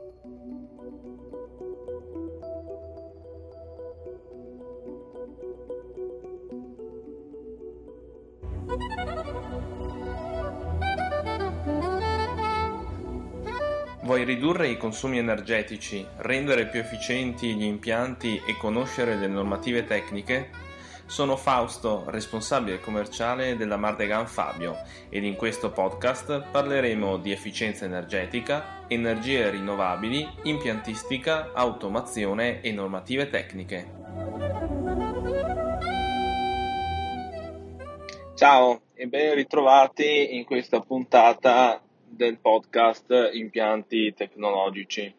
Vuoi ridurre i consumi energetici, rendere più efficienti gli impianti e conoscere le normative tecniche? Sono Fausto, responsabile commerciale della Mardegan Fabio, ed in questo podcast parleremo di efficienza energetica, energie rinnovabili, impiantistica, automazione e normative tecniche. Ciao e ben ritrovati in questa puntata del podcast Impianti Tecnologici.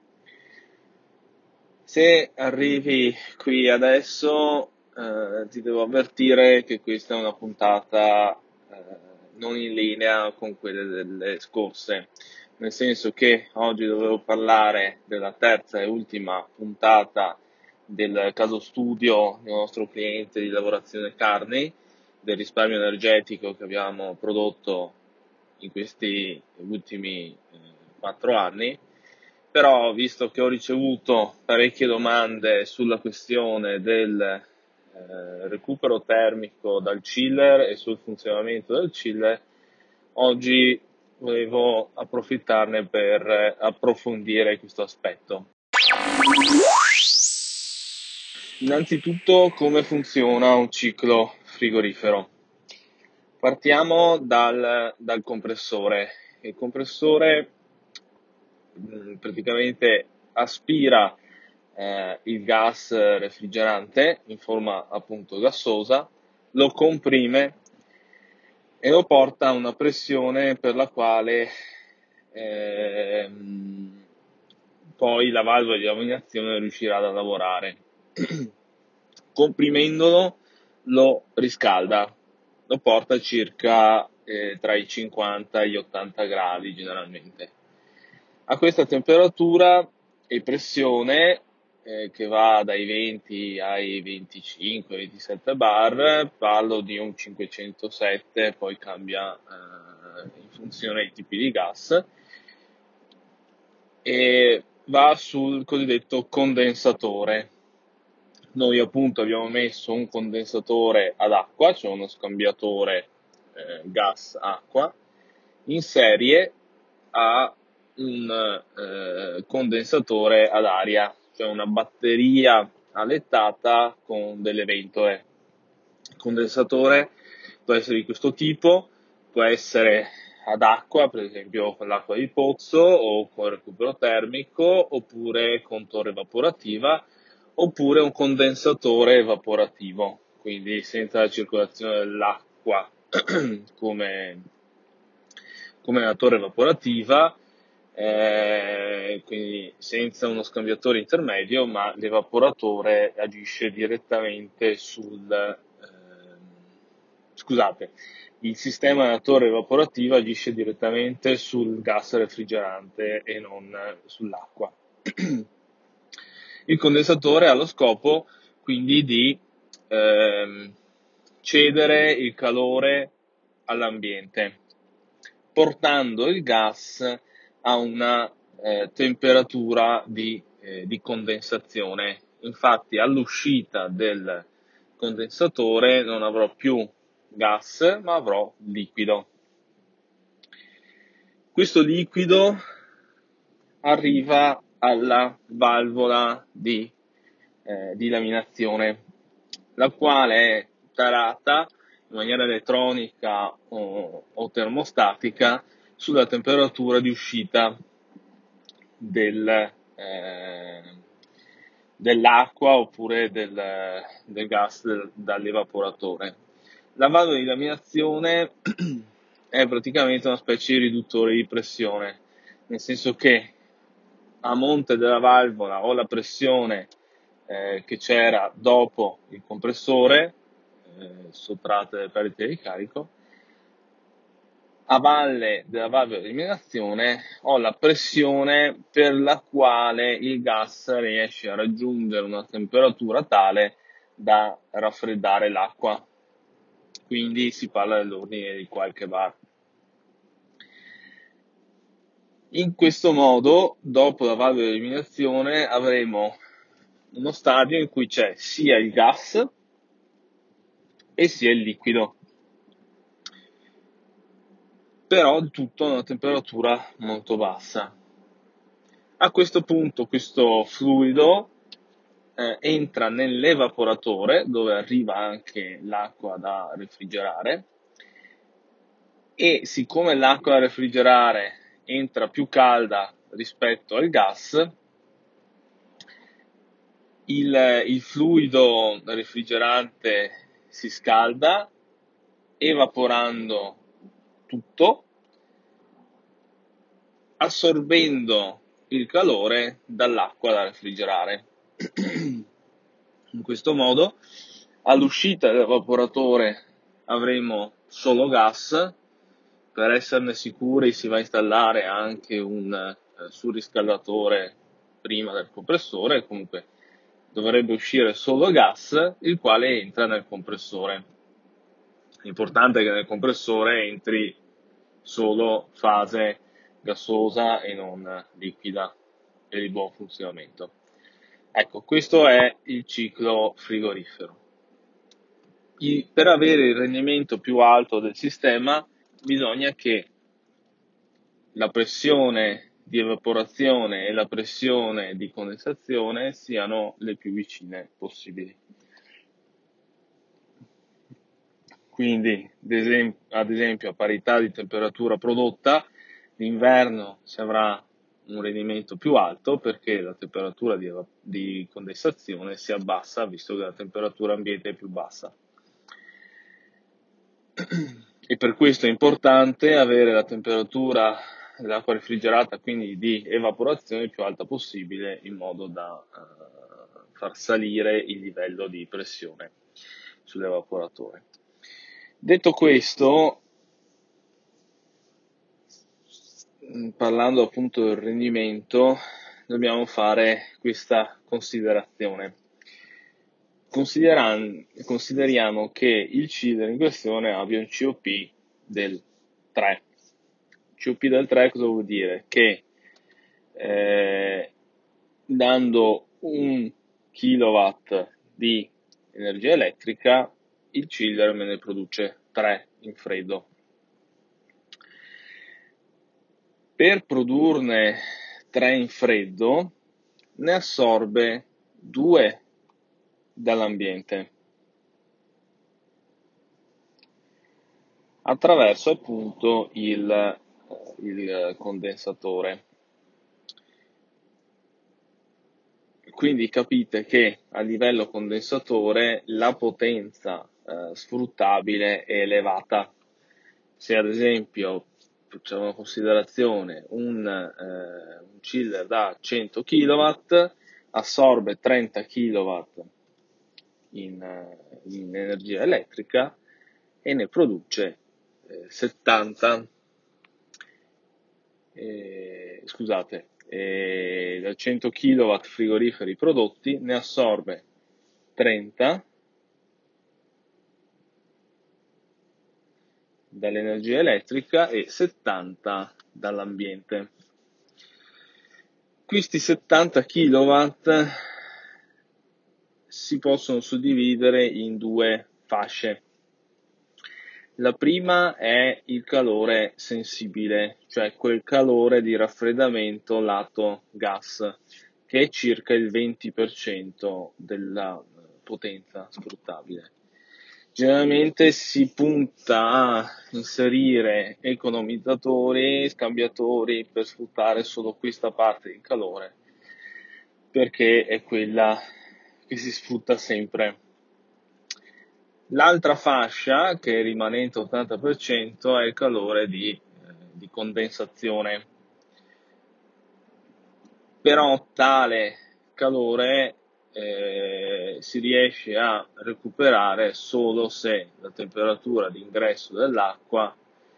Se arrivi qui adesso ti devo avvertire che questa è una puntata non in linea con quelle delle scorse, nel senso che oggi dovevo parlare della terza e ultima puntata del caso studio del nostro cliente di lavorazione carni, del risparmio energetico che abbiamo prodotto in questi ultimi 4 anni. Però, visto che ho ricevuto parecchie domande sulla questione del recupero termico dal chiller e sul funzionamento del chiller, oggi volevo approfittarne per approfondire questo aspetto. Innanzitutto, come funziona un ciclo frigorifero? Partiamo dal compressore. Il compressore praticamente aspira il gas refrigerante in forma appunto gassosa, lo comprime e lo porta a una pressione per la quale poi la valvola di laminazione riuscirà a lavorare. Comprimendolo lo riscalda, lo porta circa tra i 50 e gli 80 gradi generalmente. A questa temperatura e pressione che va dai 20 ai 25-27 bar, parlo di un 507, poi cambia in funzione dei tipi di gas, e va sul cosiddetto condensatore. Noi appunto abbiamo messo un condensatore ad acqua, cioè uno scambiatore gas-acqua, in serie a un condensatore ad aria, cioè una batteria alettata con delle ventole. Il condensatore può essere di questo tipo, può essere ad acqua, per esempio con l'acqua di pozzo o con recupero termico, oppure con torre evaporativa, oppure un condensatore evaporativo, quindi senza la circolazione dell'acqua come la torre evaporativa, quindi senza uno scambiatore intermedio, ma l'evaporatore agisce direttamente il sistema della torre evaporativa agisce direttamente sul gas refrigerante e non sull'acqua. Il condensatore ha lo scopo quindi di cedere il calore all'ambiente, portando il gas a una temperatura di condensazione. Infatti all'uscita del condensatore non avrò più gas, ma avrò liquido. Questo liquido arriva alla valvola di laminazione, la quale è tarata in maniera elettronica o termostatica sulla temperatura di uscita dell'acqua oppure del gas dall'evaporatore. La valvola di laminazione è praticamente una specie di riduttore di pressione, nel senso che a monte della valvola ho la pressione che c'era dopo il compressore, sottratta dalle perdite di carico. A valle della valvola di eliminazione ho la pressione per la quale il gas riesce a raggiungere una temperatura tale da raffreddare l'acqua, quindi si parla dell'ordine di qualche bar. In questo modo, dopo la valvola di eliminazione, avremo uno stadio in cui c'è sia il gas e sia il liquido, però il tutto a una temperatura molto bassa. A questo punto questo fluido entra nell'evaporatore, dove arriva anche l'acqua da refrigerare, e siccome l'acqua da refrigerare entra più calda rispetto al gas, il fluido refrigerante si scalda, evaporando tutto, assorbendo il calore dall'acqua da refrigerare. In questo modo, all'uscita dell'evaporatore avremo solo gas. Per esserne sicuri si va a installare anche un surriscaldatore prima del compressore. Comunque dovrebbe uscire solo gas, il quale entra nel compressore. L'importante è che nel compressore entri solo fase gassosa e non liquida e di buon funzionamento. Ecco, questo è il ciclo frigorifero. Per avere il rendimento più alto del sistema bisogna che la pressione di evaporazione e la pressione di condensazione siano le più vicine possibili. Quindi, ad esempio, a parità di temperatura prodotta, d'inverno si avrà un rendimento più alto perché la temperatura di condensazione si abbassa, visto che la temperatura ambiente è più bassa. E per questo è importante avere la temperatura dell'acqua refrigerata, quindi di evaporazione, più alta possibile, in modo da far salire il livello di pressione sull'evaporatore. Detto questo, parlando appunto del rendimento, dobbiamo fare questa considerazione. Consideriamo che il chiller in questione abbia un COP del 3. COP del 3 cosa vuol dire? Che dando 1 kW di energia elettrica, il chiller me ne produce 3 in freddo. Per produrne 3 in freddo, ne assorbe 2 dall'ambiente attraverso appunto il condensatore. Quindi capite che a livello condensatore la potenza sfruttabile è elevata. Se ad esempio facciamo una considerazione, un chiller da 100 kW assorbe 30 kW in energia elettrica e ne produce 70. Scusate, da 100 kW frigoriferi prodotti ne assorbe 30 dall'energia elettrica e 70 dall'ambiente. Questi 70 kW si possono suddividere in 2 fasce. La prima è il calore sensibile, cioè quel calore di raffreddamento lato gas, che è circa il 20% della potenza sfruttabile. Generalmente si punta a inserire economizzatori, scambiatori per sfruttare solo questa parte di calore, perché è quella che si sfrutta sempre. L'altra fascia, che è rimanente 80%, è il calore di condensazione. Però tale calore si riesce a recuperare solo se la temperatura di ingresso dell'acqua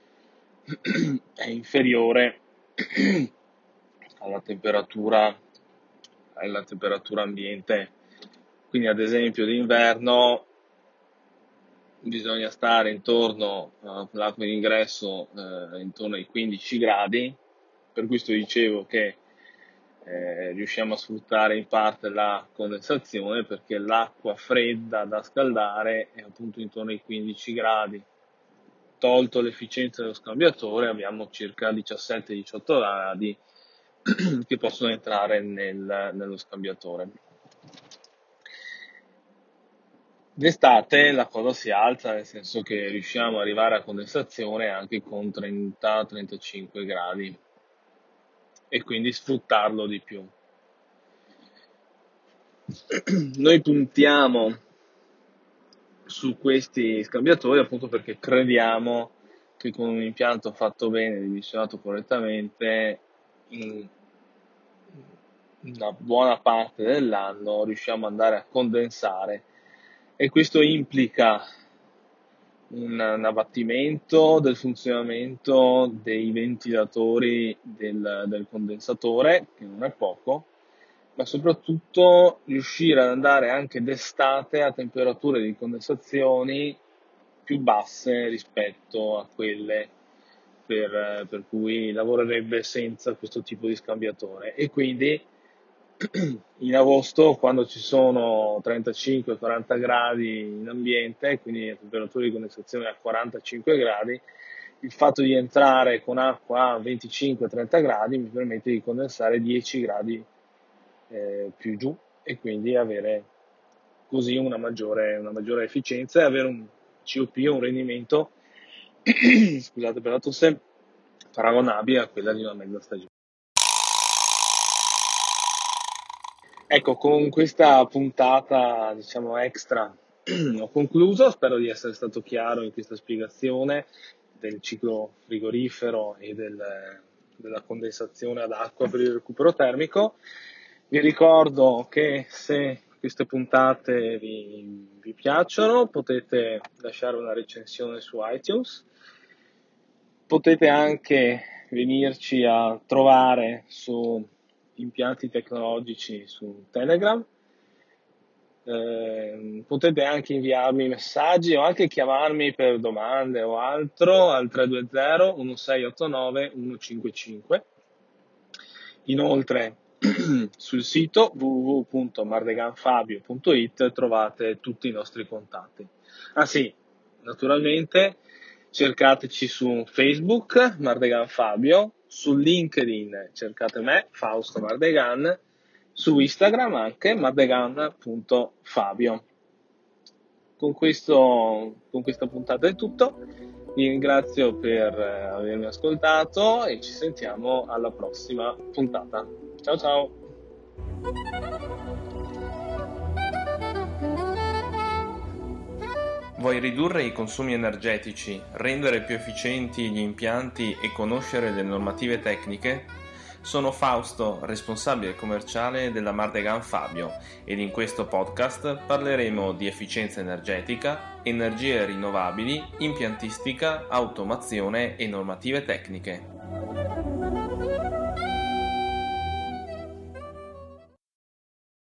è inferiore alla temperatura ambiente. Quindi ad esempio d'inverno bisogna stare intorno all'acqua d'ingresso intorno ai 15 gradi, per questo dicevo che riusciamo a sfruttare in parte la condensazione, perché l'acqua fredda da scaldare è appunto intorno ai 15 gradi. Tolto l'efficienza dello scambiatore, abbiamo circa 17-18 gradi che possono entrare nello scambiatore. D'estate la cosa si alza, nel senso che riusciamo ad arrivare a condensazione anche con 30-35 gradi e quindi sfruttarlo di più. Noi puntiamo su questi scambiatori appunto perché crediamo che con un impianto fatto bene, dimensionato correttamente, in una buona parte dell'anno riusciamo ad andare a condensare, e questo implica un abbattimento del funzionamento dei ventilatori del condensatore, che non è poco, ma soprattutto riuscire ad andare anche d'estate a temperature di condensazioni più basse rispetto a quelle per cui lavorerebbe senza questo tipo di scambiatore. E quindi in agosto, quando ci sono 35-40 gradi in ambiente, quindi a temperature di condensazione a 45 gradi, il fatto di entrare con acqua a 25-30 gradi mi permette di condensare 10 gradi più giù, e quindi avere così una maggiore efficienza e avere un COP, un rendimento scusate per la tosse, paragonabile a quella di una mezza stagione. Ecco, con questa puntata, diciamo, extra ho concluso. Spero di essere stato chiaro in questa spiegazione del ciclo frigorifero e della condensazione ad acqua per il recupero termico. Vi ricordo che se queste puntate vi piacciono, potete lasciare una recensione su iTunes. Potete anche venirci a trovare su Impianti Tecnologici su Telegram. Potete anche inviarmi messaggi o anche chiamarmi per domande o altro al 320 1689 155. Inoltre sul sito www.mardeganfabio.it trovate tutti i nostri contatti. Ah sì, naturalmente cercateci su Facebook, Mardegan Fabio, su LinkedIn cercate me, Fausto Mardegan, su Instagram anche mardegan.fabio. Con questa puntata è tutto, vi ringrazio per avermi ascoltato e ci sentiamo alla prossima puntata. Ciao ciao! Vuoi ridurre i consumi energetici, rendere più efficienti gli impianti e conoscere le normative tecniche? Sono Fausto, responsabile commerciale della Mardegan Fabio, ed in questo podcast parleremo di efficienza energetica, energie rinnovabili, impiantistica, automazione e normative tecniche.